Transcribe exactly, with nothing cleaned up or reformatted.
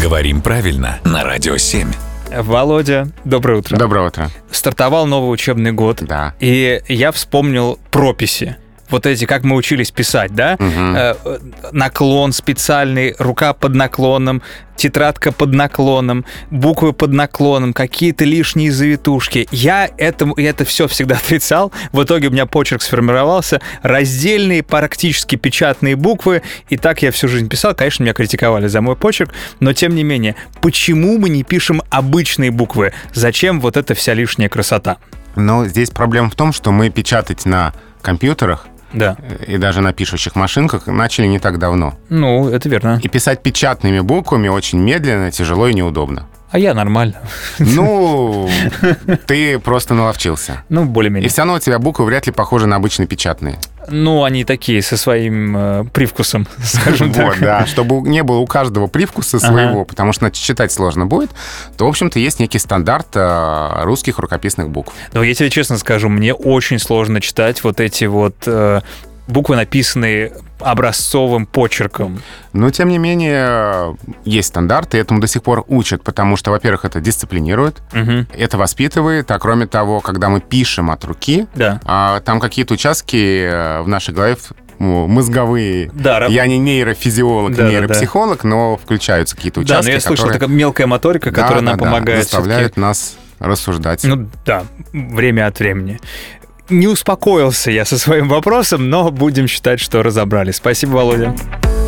Говорим правильно на Радио семь. Володя, доброе утро. Доброе утро. Стартовал новый учебный год, Да. и я вспомнил прописи. Вот эти, как мы учились писать, да? Угу. Э, наклон специальный, рука под наклоном, тетрадка под наклоном, буквы под наклоном, какие-то лишние завитушки. Я это, это все всегда отрицал. В итоге у меня почерк сформировался. Раздельные, практически печатные буквы. И так я всю жизнь писал. Конечно, меня критиковали за мой почерк. Но, тем не менее, почему мы не пишем обычные буквы? Зачем вот эта вся лишняя красота? Но здесь проблема в том, что мы печатать на компьютерах Да. и даже на пишущих машинках начали не так давно. Ну, это верно. И писать печатными буквами очень медленно, тяжело и неудобно. А я нормально. Ну, ты просто наловчился. Ну, И более-менее. все равно у тебя буквы вряд ли похожи на обычные печатные. Ну, они такие, со своим э, привкусом, скажем так. Вот, да. Чтобы не было у каждого привкуса своего, потому что значит, читать сложно будет, то, в общем-то, есть некий стандарт э, русских рукописных букв. Но я тебе честно скажу, мне очень сложно читать вот эти вот э, буквы, написанные образцовым почерком. Но, тем не менее, есть стандарты, и этому до сих пор учат, потому что, во-первых, это дисциплинирует, Угу. это воспитывает, а кроме того, когда мы пишем от руки, Да. а, там какие-то участки э, в нашей голове ну, мозговые. Да, раб- Я не нейрофизиолог, Да, да, нейропсихолог, но включаются какие-то Да, участки, но я слышал, которые такая мелкая моторика, Да, которая да, нам да, помогает заставляют всё-таки. нас рассуждать. Ну да, время от времени. Не успокоился я со своим вопросом, но будем считать, что разобрались. Спасибо, Володя.